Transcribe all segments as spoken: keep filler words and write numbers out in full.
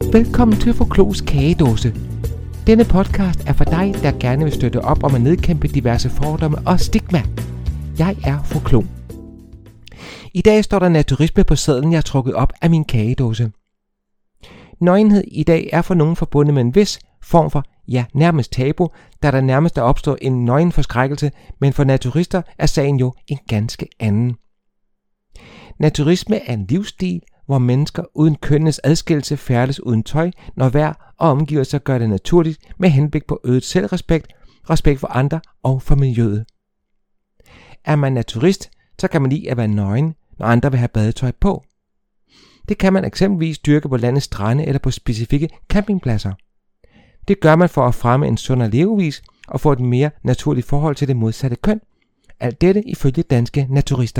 Velkommen til Forklogs Kagedåse. Denne podcast er for dig, der gerne vil støtte op om at nedkæmpe diverse fordomme og stigma. Jeg er Forklog. I dag står der naturisme på sedlen, jeg har trukket op af min kagedåse. Nøgenhed i dag er for nogen forbundet med en vis form for, ja, nærmest tabu, da der nærmest er opstået en nøgenforskrækkelse, men for naturister er sagen jo en ganske anden. Naturisme er en livsstil, hvor mennesker uden kønnenes adskillelse færdes uden tøj, når vejr og omgivelser gør det naturligt med henblik på øget selvrespekt, respekt for andre og for miljøet. Er man naturist, så kan man lide at være nøgen, når andre vil have badetøj på. Det kan man eksempelvis dyrke på landets strande eller på specifikke campingpladser. Det gør man for at fremme en sundere levevis og få et mere naturligt forhold til det modsatte køn. Alt dette ifølge danske naturister.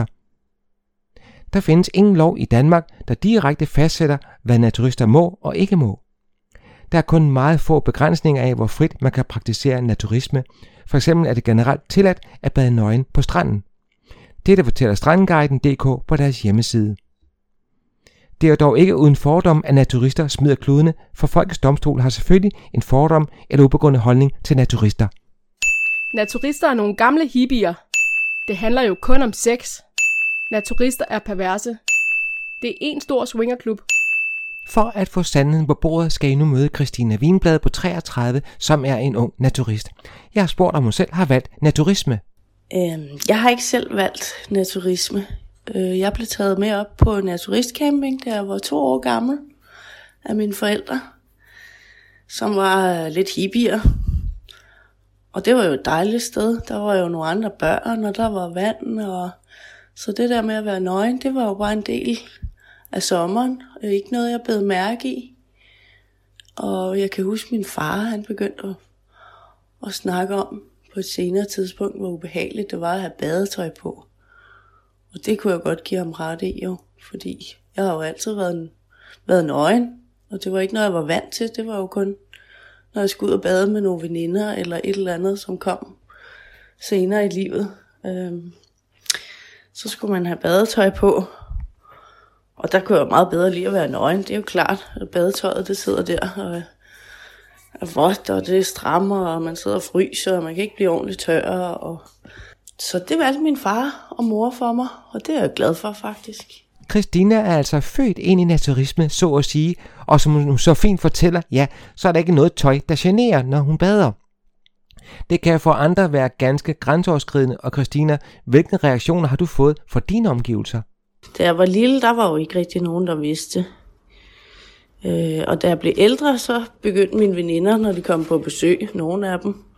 Der findes ingen lov i Danmark, der direkte fastsætter, hvad naturister må og ikke må. Der er kun meget få begrænsninger af, hvor frit man kan praktisere naturisme. For eksempel er det generelt tilladt at bade nøgen på stranden. Dette fortæller Strandguiden punktum d k på deres hjemmeside. Det er dog ikke uden fordom, at naturister smider kludene, for Folkets Domstol har selvfølgelig en fordom eller ubegrundet holdning til naturister. Naturister er nogle gamle hippier. Det handler jo kun om sex. Naturister er perverse. Det er en stor swingerklub. For at få sandheden på bordet, skal I nu møde Christina Wienblad på treogtredive, som er en ung naturist. Jeg har spurgt, om hun selv har valgt naturisme. Øhm, jeg har ikke selv valgt naturisme. Jeg blev taget med op på naturistcamping, da jeg var to år gammel, af mine forældre, som var lidt hippier. Og det var jo et dejligt sted. Der var jo nogle andre børn, og der var vand. Og så det der med at være nøgen, det var jo bare en del af sommeren. Ikke noget, jeg bed mærke i. Og jeg kan huske, min far, han begyndte at, at snakke om på et senere tidspunkt, hvor ubehageligt det var at have badetøj på. Og det kunne jeg godt give ham ret i jo, fordi jeg har jo altid været, været nøgen, og det var ikke noget, jeg var vant til. Det var jo kun, når jeg skulle ud og bade med nogle veninder, eller et eller andet, som kom senere i livet. Øhm, så skulle man have badetøj på, og der kunne jeg meget bedre lide at være nøgen. Det er jo klart, at badetøjet det sidder der og er vådt, og det strammer, og man sidder og fryser, og man kan ikke blive ordentligt tør, og så det valgte min far og mor for mig, og det er jeg glad for faktisk. Christina er altså født ind i naturisme, så at sige, og som hun så fint fortæller, ja, så er der ikke noget tøj, der generer, når hun bader. Det kan for andre være ganske grænseoverskridende, og Christina, hvilke reaktioner har du fået fra dine omgivelser? Da jeg var lille, der var jo ikke rigtig nogen, der vidste. Øh, og da jeg blev ældre, så begyndte mine veninder, når de kom på besøg, nogle af dem,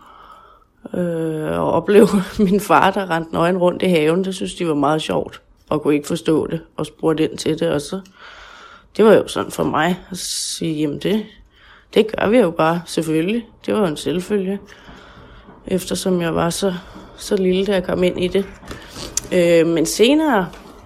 Øh, og opleve min far, der rendte nøgen rundt i haven. Det synes de var meget sjovt, og kunne ikke forstå det, og spurgte ind til det. Og så, det var jo sådan for mig at sige, jamen det, det gør vi jo bare, selvfølgelig. Det var jo en selvfølge, eftersom jeg var så, så lille, da jeg kom ind i det. Øh, men senere,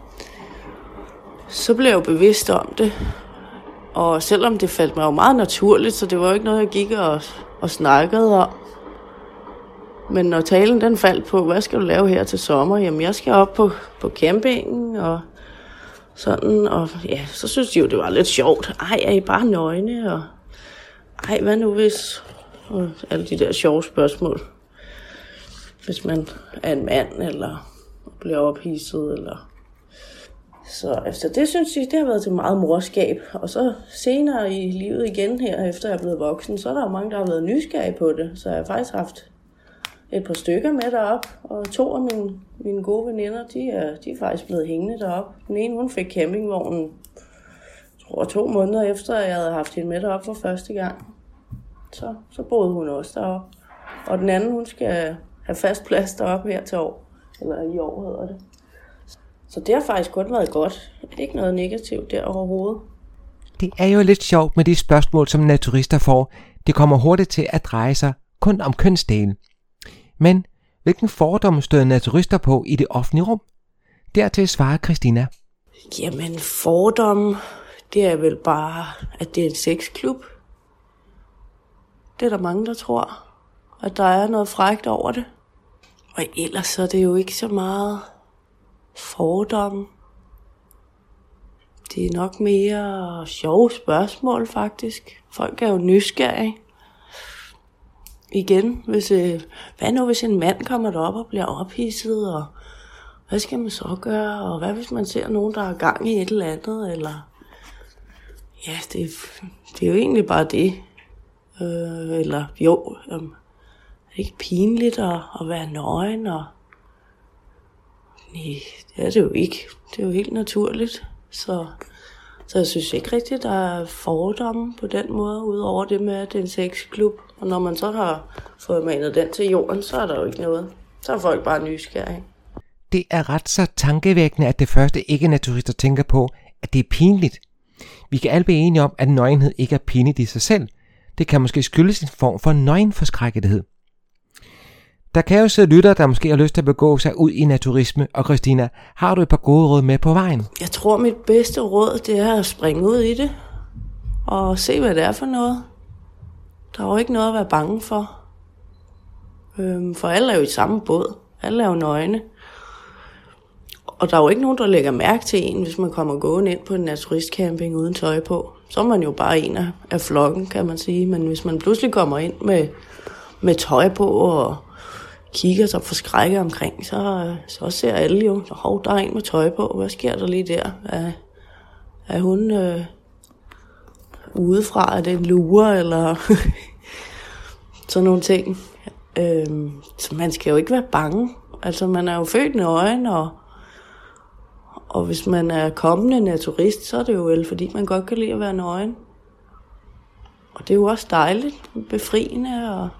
så blev jeg jo bevidst om det. Og selvom det faldt mig jo meget naturligt, så det var jo ikke noget, jeg gik og, og snakkede om. Men når talen den faldt på, hvad skal du lave her til sommer? Jamen, jeg skal op på, på campingen og sådan. Og ja, så synes de jo, det var lidt sjovt. Ej, er I bare nøgne? Og ej, hvad nu hvis? Og alle de der sjove spørgsmål. Hvis man er en mand, eller bliver ophidset, eller så efter det synes jeg, det har været til meget morskab. Og så senere i livet igen her, efter jeg er blevet voksen, så er der jo mange, der har været nysgerrige på det. Så jeg har faktisk haft et par stykker med derop, og to af mine, mine gode veninder, de er, de er faktisk blevet hængende derop. Den ene, hun fik campingvognen, jeg tror to måneder efter, jeg havde haft hende med derop for første gang. Så, så boede hun også deroppe. Og den anden, hun skal have fast plads deroppe her til år, eller i år hedder det. Så det har faktisk kun været godt. Ikke noget negativt der overhovedet. Det er jo lidt sjovt med de spørgsmål, som naturister får. Det kommer hurtigt til at dreje sig kun om kønsdelen. Men hvilken fordomme støder naturister på i det offentlige rum? Dertil svarer Christina. Jamen fordomme, det er vel bare, at det er en sexklub. Det er der mange, der tror, at der er noget frækt over det. Og ellers så er det jo ikke så meget fordomme. det er nok mere sjove spørgsmål faktisk. Folk er jo nysgerrige. Igen, hvis, øh, hvad nu hvis en mand kommer derop og bliver ophidset, og hvad skal man så gøre, og hvad hvis man ser nogen, der har gang i et eller andet, eller ja, det, det er jo egentlig bare det. Øh, eller jo, øh, er det ikke pinligt at, at være nøgen, og nej, det er det jo ikke. Det er jo helt naturligt, så... Så jeg synes ikke rigtigt, der er fordomme på den måde, udover det med, at det er en sexklub. Og når man så har fået manet den til jorden, så er der jo ikke noget. Så er folk bare nysgerrige. Det er ret så tankevækkende, at det første ikke-naturister tænker på, at det er pinligt. Vi kan alle blive enige om, at nøgenhed ikke er pinligt i sig selv. Det kan måske skyldes en form for nøgenforskrækkethed. Der kan jo sidde lyttere, der måske har lyst til at begå sig ud i naturisme. Og Christina, har du et par gode råd med på vejen? Jeg tror, mit bedste råd, det er at springe ud i det. Og se, hvad det er for noget. Der er jo ikke noget at være bange for. Øhm, for alle er jo i samme båd. Alle er jo nøgne. Og der er jo ikke nogen, der lægger mærke til en, hvis man kommer gående ind på en naturistcamping uden tøj på. Så er man jo bare en af, af flokken, kan man sige. Men hvis man pludselig kommer ind med, med tøj på og kigger sig forskrækket omkring, så, så ser alle jo, hov, der er en med tøj på, hvad sker der lige der? Er, er hun øh, udefra, er det en lure, eller sådan nogle ting. Øhm, så man skal jo ikke være bange. Altså, man er jo født nøgen, og, og hvis man er kommende naturist, så er det jo vel, fordi man godt kan lide at være nøgen. Og det er jo også dejligt, befriende, og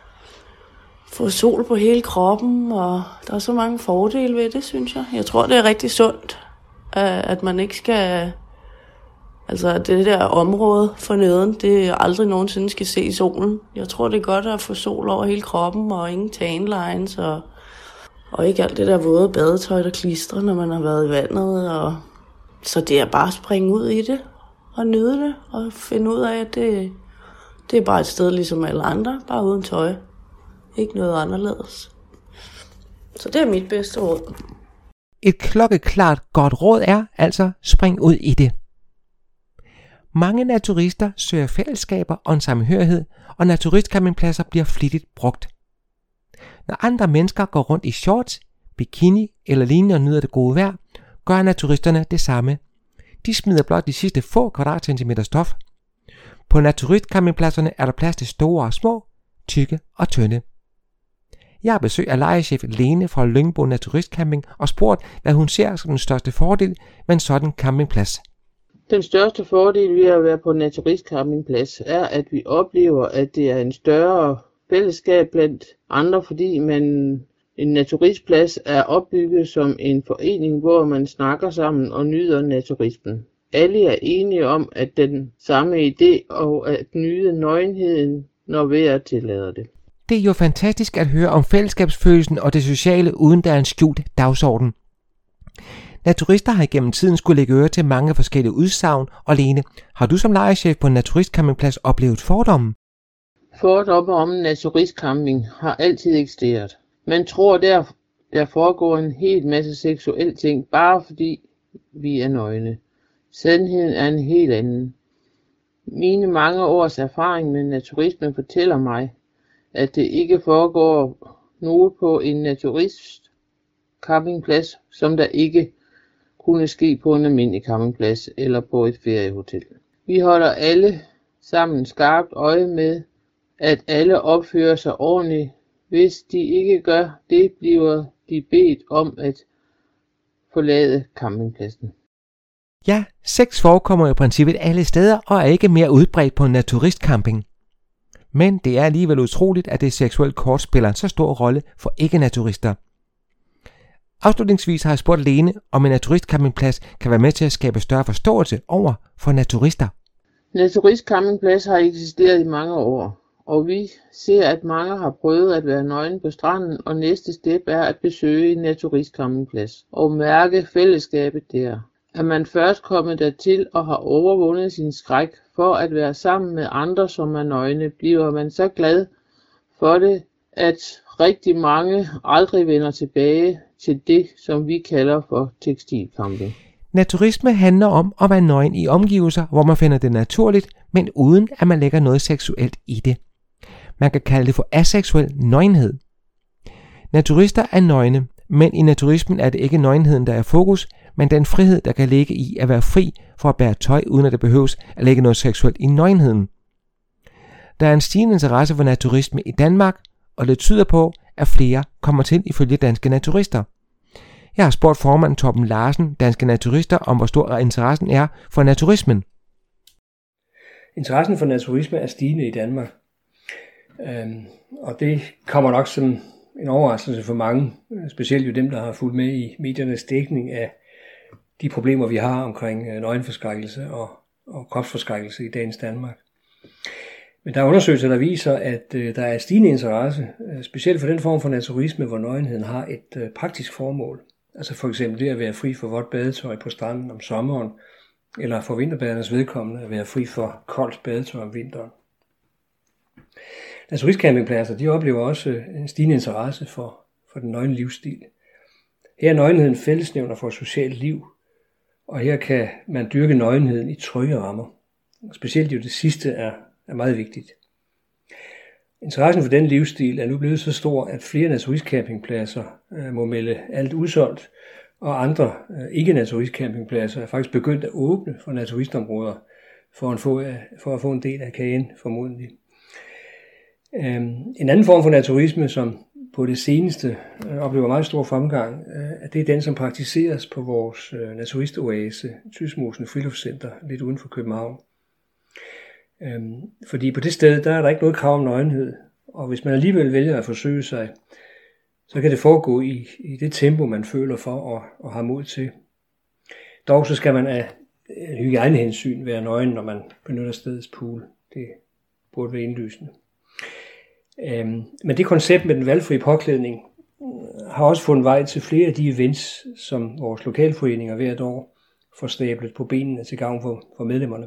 få sol på hele kroppen, og der er så mange fordele ved det, synes jeg. Jeg tror, det er rigtig sundt, at man ikke skal... Altså, det der område for neden, det aldrig nogensinde skal se solen. Jeg tror, det er godt at få sol over hele kroppen, og ingen tan lines, og, og ikke alt det der våde badetøj, der klistrer, når man har været i vandet. Og... Så det er bare at springe ud i det, og nyde det, og finde ud af, at det, det er bare et sted ligesom alle andre, bare uden tøj. Ikke noget anderledes. Så det er mit bedste råd. Et klokkeklart godt råd er altså spring ud i det. Mange naturister søger fællesskaber og en samhørighed, og naturistcampingpladser bliver flittigt brugt. Når andre mennesker går rundt i shorts, bikini eller lignende og nyder det gode vejr, gør naturisterne det samme. De smider blot de sidste få kvadratcentimeter stof. På naturistcampingpladserne er der plads til store og små, tykke og tynde. Jeg har besøg af lejrchef Lene fra Lyngbo Naturistcamping og spurgt, hvad hun ser som den største fordel med en sådan campingplads. Den største fordel ved at være på en naturistcampingplads er, at vi oplever, at det er en større fællesskab blandt andre, fordi man, en naturistplads er opbygget som en forening, hvor man snakker sammen og nyder naturismen. Alle er enige om, at den samme idé og at nyde nøgenheden, når vejret tillader det. Det er jo fantastisk at høre om fællesskabsfølelsen og det sociale, uden der er en skjult dagsorden. Naturister har igennem tiden skulle lægge øre til mange forskellige udsagn, og Lene, har du som lejrchef på en naturistcampingplads oplevet fordomme? Fordomme om en naturistcamping har altid eksisteret. Man tror, der, der foregår en hel masse seksuelle ting, bare fordi vi er nøgne. Sandheden er en helt anden. Mine mange års erfaring med naturisme fortæller mig, at det ikke foregår noget på en naturistcampingplads, som der ikke kunne ske på en almindelig campingplads eller på et feriehotel. Vi holder alle sammen skarpt øje med, at alle opfører sig ordentligt. Hvis de ikke gør det, bliver de bedt om at forlade campingpladsen. Ja, sex forekommer i princippet alle steder og er ikke mere udbredt på en naturistcamping. Men det er alligevel utroligt, at det seksuelle kort spiller en så stor rolle for ikke-naturister. Afslutningsvis har jeg spurgt Lene, om en naturistcampingplads kan være med til at skabe større forståelse over for naturister. Naturistcampingplads har eksisteret i mange år, og vi ser, at mange har prøvet at være nøgne på stranden, og næste step er at besøge en naturistcampingplads og mærke fællesskabet der. Er man først kommet dertil og har overvundet sin skræk for at være sammen med andre, som er nøgne, bliver man så glad for det, at rigtig mange aldrig vender tilbage til det, som vi kalder for tekstilcamping. Naturisme handler om at være nøgen i omgivelser, hvor man finder det naturligt, men uden at man lægger noget seksuelt i det. Man kan kalde det for aseksuel nøgenhed. Naturister er nøgne, men i naturismen er det ikke nøgenheden, der er fokus, men den frihed, der kan ligge i at være fri for at bære tøj, uden at det behøves at lægge noget seksuelt i nøgenheden. Der er en stigende interesse for naturisme i Danmark, og det tyder på, at flere kommer til ifølge Danske Naturister. Jeg har spurgt formanden Torben Larsen, Danske Naturister, om hvor stor interessen er for naturismen. Interessen for naturisme er stigende i Danmark, øhm, og det kommer nok som en overraskelse for mange, specielt jo dem, der har fulgt med i mediernes dækning af de problemer, vi har omkring nøgenforskrækkelse og, og kropsforskrækkelse i dagens Danmark. Men der er undersøgelser, der viser, at øh, der er stigende interesse, øh, specielt for den form for naturisme, hvor nøgenheden har et øh, praktisk formål. Altså for eksempel det at være fri for vådt badetøj på stranden om sommeren, eller for vinterbadernes vedkommende at være fri for koldt badetøj om vinteren. Naturistcampingpladser, de oplever også en stigende interesse for, for den nøgne livsstil. Her er nøgenheden fællesnævner for socialt liv, og her kan man dyrke nøgenheden i trygge rammer. Specielt jo det sidste er, er meget vigtigt. Interessen for den livsstil er nu blevet så stor, at flere naturistcampingpladser øh, må melde alt udsolgt, og andre øh, ikke-naturistcampingpladser er faktisk begyndt at åbne for naturistområder for at få, øh, for at få en del af kagen formodentlig. Øh, en anden form for naturisme, som på det seneste øh, oplever meget stor fremgang, øh, det er den, som praktiseres på vores øh, naturistoase, Tysmosen Friluftscenter, lidt uden for København. Øhm, fordi på det sted, der er der ikke noget krav om nøgenhed, og hvis man alligevel vælger at forsøge sig, så kan det foregå i, i det tempo, man føler for at, at have mod til. Dog så skal man af hygiejnehensyn være nøgen, når man benytter stedets pool. Det burde være indlysende. Øhm, men det koncept med den valgfri påklædning har også fundet vej til flere af de events, som vores lokalforeninger hvert år får stablet på benene til gavn for, for medlemmerne.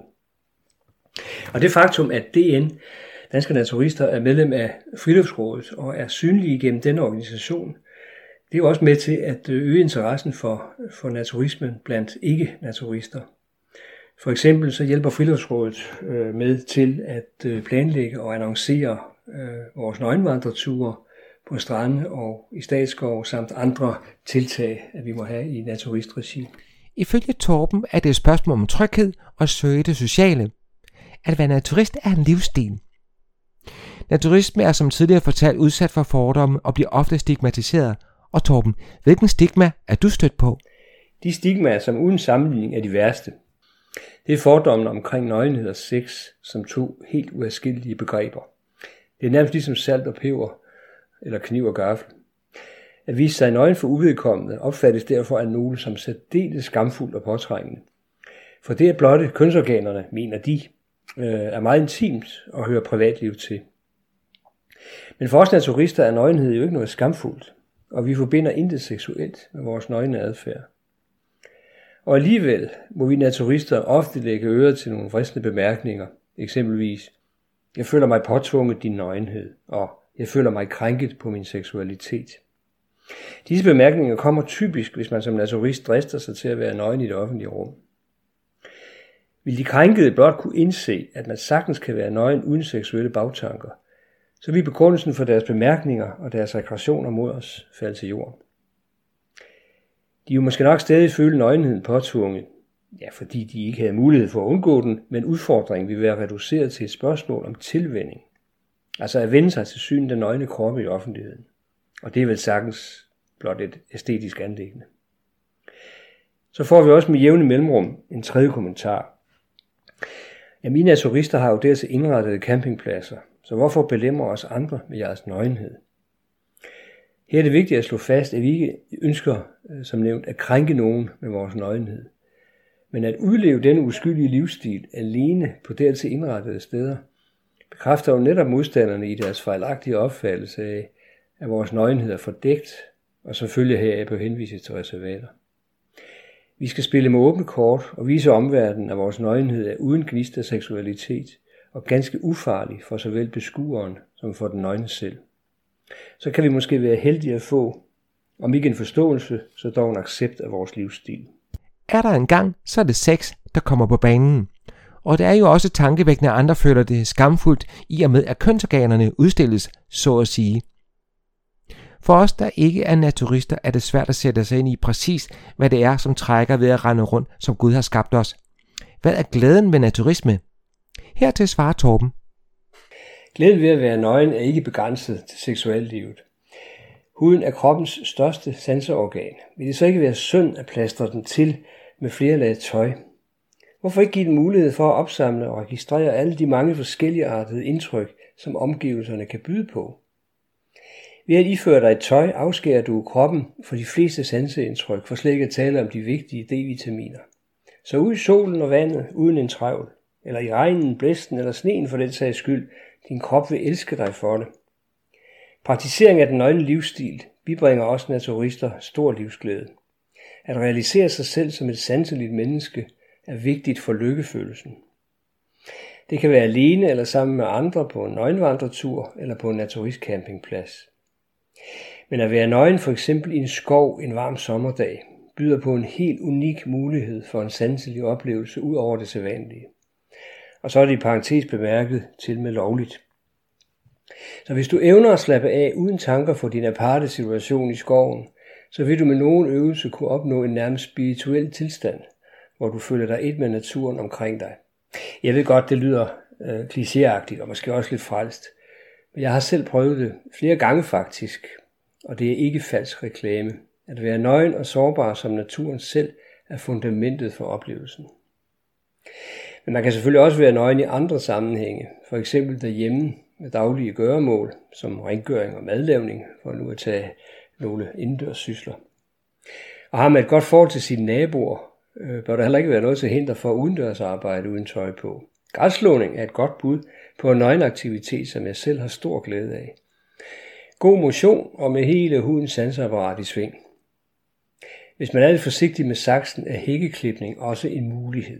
Og det faktum, at D N, Danske Naturister, er medlem af Friluftsrådet og er synlige gennem denne organisation, det er jo også med til at øge interessen for, for naturismen blandt ikke-naturister. For eksempel så hjælper Friluftsrådet øh, med til at øh, planlægge og annoncere øh, vores nøgenvandreture på strande og i statsskov samt andre tiltag, at vi må have i naturistregi. Ifølge Torben er det et spørgsmål om tryghed og søge det sociale. At være naturist er en livsstil. Naturisme er som tidligere fortalt udsat for fordomme og bliver ofte stigmatiseret. Og Torben, hvilken stigma er du stødt på? De stigmaer, som uden sammenligning er de værste, det er fordommen omkring nøgenhed og sex som to helt uadskillelige begreber. Det er nærmest ligesom salt og peber, eller kniv og gaffel. At vise sig nøgen for uvedkommende opfattes derfor af nogle som særdeles skamfuldt og påtrængende. For det at blotte kønsorganerne, mener de, er meget intimt og hører privatliv til. Men for os naturister er nøgenhed jo ikke noget skamfuldt, og vi forbinder intet seksuelt med vores nøgne adfærd. Og alligevel må vi naturister ofte lægge øre til nogle fristende bemærkninger, eksempelvis, jeg føler mig påtvunget din nøgenhed, og jeg føler mig krænket på min seksualitet. Disse bemærkninger kommer typisk, hvis man som naturist drister sig til at være nøgen i det offentlige rum. Vil de krænkede blot kunne indse, at man sagtens kan være nøgen uden seksuelle bagtanker, så vil begrundelsen for deres bemærkninger og deres aggressioner mod os falde til jorden. De vil måske nok stadig føle nøgenheden påtvunget, ja, fordi de ikke havde mulighed for at undgå den, men udfordringen vil være reduceret til et spørgsmål om tilvænning. Altså at vende sig til synet af nøgne kroppe i offentligheden. Og det er vel sagtens blot et æstetisk anliggende. Så får vi også med jævne mellemrum en tredje kommentar. Ja, mine naturister har jo dertil indrettede campingpladser, så hvorfor belemmer os andre med jeres nøgenhed? Her er det vigtigt at slå fast, at vi ikke ønsker, som nævnt, at krænke nogen med vores nøgenhed. Men at udleve denne uskyldige livsstil alene på dertil indrettede steder, bekræfter jo netop modstanderne i deres fejlagtige opfattelse af, at vores nøgenhed er fordækt, og som følge heraf bør henvises til reservater. Vi skal spille med åbne kort og vise omverdenen, at vores nøgenhed er uden gnist af seksualitet og ganske ufarlig for såvel beskueren som for den nøgne selv. Så kan vi måske være heldige at få, om ikke en forståelse, så dog en accept af vores livsstil. Er der en gang, så er det sex, der kommer på banen. Og det er jo også tankevækkende, at andre føler det skamfuldt i og med, at kønsorganerne udstilles, så at sige. For os, der ikke er naturister, er det svært at sætte sig ind i præcis, hvad det er, som trækker ved at rende rundt, som Gud har skabt os. Hvad er glæden ved naturisme? Hertil svarer Torben. Glæden ved at være nøgen er ikke begrænset til seksuallivet. Huden er kroppens største sanseorgan. Vil det så ikke være synd at plastre den til med flere lag tøj? Hvorfor ikke give den mulighed for at opsamle og registrere alle de mange forskelligartede indtryk, som omgivelserne kan byde på? Ved at iføre dig et tøj, afskærer du kroppen for de fleste sanseindtryk, for slet ikke at tale om de vigtige D-vitaminer. Så ud i solen og vandet uden en trævl, eller i regnen, blæsten eller sneen for den sags skyld, din krop vil elske dig for det. Praktisering af den nøgne livsstil bibringer også naturister stor livsglæde. At realisere sig selv som et sanseligt menneske er vigtigt for lykkefølelsen. Det kan være alene eller sammen med andre på en nøgenvandretur eller på en naturistcampingplads. Men at være nøgen for eksempel i en skov en varm sommerdag byder på en helt unik mulighed for en sanselig oplevelse ud over det sædvanlige. Og så er det i parentes bemærket til med lovligt. Så hvis du evner at slappe af uden tanker for din aparte situation i skoven, så vil du med nogen øvelse kunne opnå en nærmest spirituel tilstand, hvor du føler dig et med naturen omkring dig. Jeg ved godt, det lyder øh, klichéagtigt og måske også lidt frelst, men jeg har selv prøvet det flere gange faktisk, og det er ikke falsk reklame. At være nøgen og sårbar som naturen selv er fundamentet for oplevelsen. Men man kan selvfølgelig også være nøgen i andre sammenhænge, for eksempel derhjemme med daglige gøremål, som rengøring og madlavning, for nu at tage nogle indendørs sysler. Og har man et godt forhold til sine naboer, øh, bør der heller ikke være noget til hinder for udendørsarbejde uden tøj på. Græsslåning er et godt bud på en nøgenaktivitet, som jeg selv har stor glæde af. God motion og med hele hudens sanseapparat i sving. Hvis man er lidt forsigtig med saksen, er hækkeklipning også en mulighed.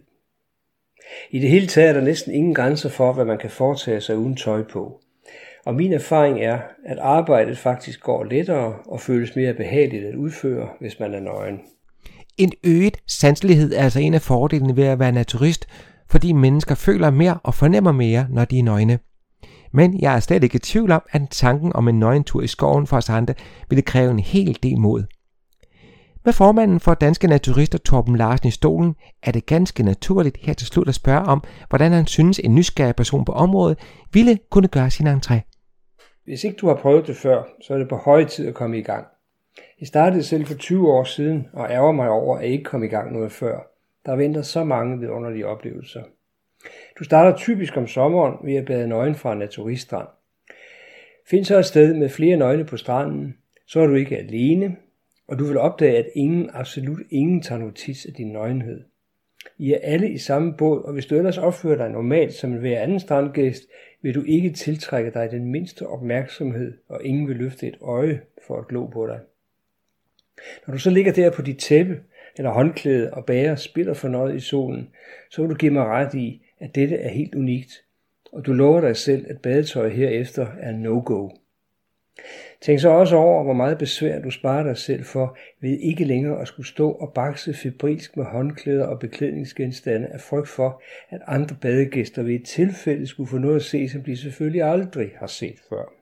I det hele taget er der næsten ingen grænser for, hvad man kan foretage sig uden tøj på. Og min erfaring er, at arbejdet faktisk går lettere og føles mere behageligt at udføre, hvis man er nøgen. En øget sanselighed er altså en af fordelene ved at være naturist, fordi mennesker føler mere og fornemmer mere, når de er nøgne. Men jeg er slet ikke i tvivl om, at tanken om en nøgentur i skoven for os andre ville kræve en hel del mod. Med formanden for Danske Naturister, Torben Larsen, i stolen, er det ganske naturligt her til slut at spørge om, hvordan han synes en nysgerrig person på området ville kunne gøre sin entré. Hvis ikke du har prøvet det før, så er det på høje tid at komme i gang. Jeg startede selv for tyve år siden og ærger mig over at ikke komme i gang noget før. Der venter så mange vidunderlige oplevelser. Du starter typisk om sommeren ved at bade nøgen fra en naturiststrand. Find så et sted med flere nøgne på stranden, så er du ikke alene, og du vil opdage, at ingen, absolut ingen tager notits af din nøgenhed. I er alle i samme båd, og hvis du ellers opfører dig normalt som en hver anden strandgæst, vil du ikke tiltrække dig den mindste opmærksomhed, og ingen vil løfte et øje for at glo på dig. Når du så ligger der på dit tæppe eller håndklæde og bager spiller fornøjet i solen, så vil du give mig ret i, at dette er helt unikt, og du lover dig selv, at badetøj herefter er no-go. Tænk så også over, hvor meget besvær du sparer dig selv for ved ikke længere at skulle stå og bakse febrilsk med håndklæder og beklædningsgenstande af frygt for, at andre badegæster ved et tilfælde skulle få noget at se, som de selvfølgelig aldrig har set før.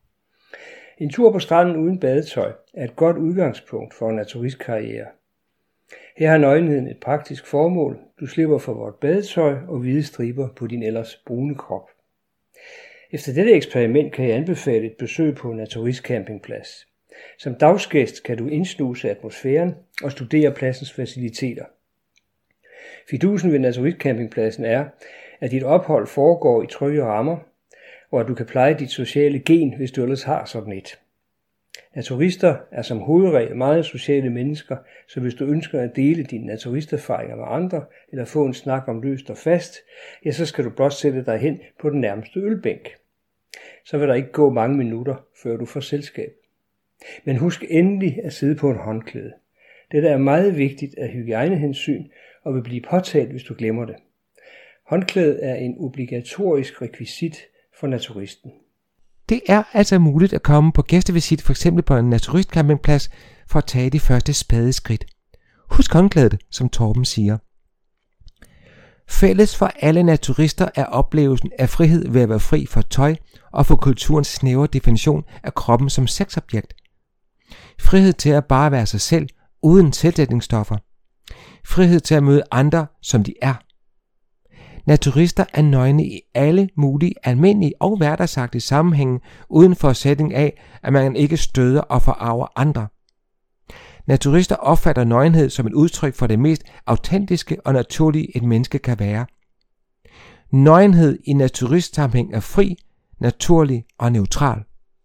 En tur på stranden uden badetøj er et godt udgangspunkt for en naturistkarriere. Her har nøgenheden et praktisk formål. Du slipper for vort badetøj og hvide striber på din ellers brune krop. Efter dette eksperiment kan jeg anbefale et besøg på en naturistcampingplads. Som dagsgæst kan du indsnuse atmosfæren og studere pladsens faciliteter. Fidusen ved naturistcampingpladsen er, at dit ophold foregår i trygge rammer, og at du kan pleje dit sociale gen, hvis du ellers har sådan et. Naturister er som hovedregel meget sociale mennesker, så hvis du ønsker at dele dine naturisterfaringer med andre, eller få en snak om løst og fast, ja, så skal du blot sætte dig hen på den nærmeste ølbænk. Så vil der ikke gå mange minutter, før du får selskab. Men husk endelig at sidde på en håndklæde. Dette er meget vigtigt af hygiejnehensyn, og vil blive påtalt, hvis du glemmer det. Håndklædet er en obligatorisk rekvisit for naturisten. Det er altså muligt at komme på gæstevisit f.eks. på en naturistcampingplads for at tage de første spadeskridt. Husk håndklædet, som Torben siger. Fælles for alle naturister er oplevelsen af frihed ved at være fri for tøj og få kulturens snævre definition af kroppen som sexobjekt. Frihed til at bare være sig selv uden tilsætningsstoffer. Frihed til at møde andre, som de er. Naturister er nøgne i alle mulige almindelige og hverdagsagtige sammenhænge uden forudsætning af, at man ikke støder og forarver andre. Naturister opfatter nøgenhed som et udtryk for det mest autentiske og naturlige et menneske kan være. Nøgenhed i naturistsammenhæng er fri, naturlig og neutral.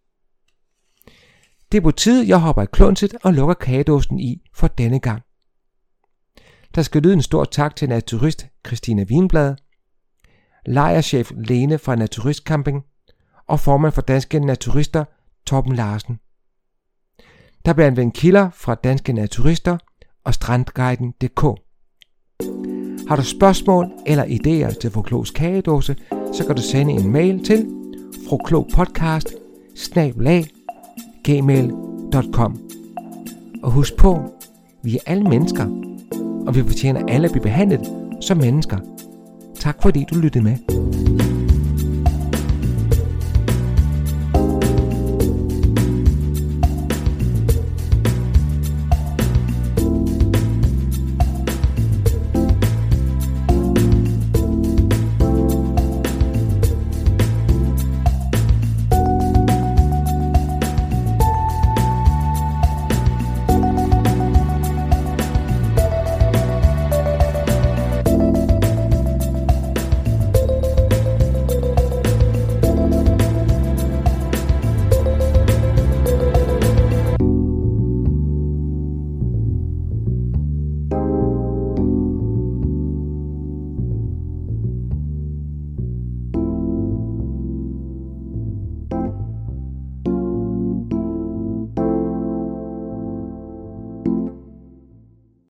Det er på tide, jeg hopper i klunset og lukker kagedåsen i for denne gang. Der skal lyde en stor tak til naturist Christina Wienblad, lejrchef Lene fra Naturistcamping og formand for Danske Naturister Torben Larsen. Der bliver anvendt kilder fra Danske Naturister og Strandguiden punktum d k. Har du spørgsmål eller idéer til Fru Klogs kagedåse, så kan du sende en mail til fruklogpodcast bindestreg gmail punktum com. Og husk på, vi er alle mennesker, og vi fortjener alle at blive behandlet som mennesker. Tak fordi du lyttede med.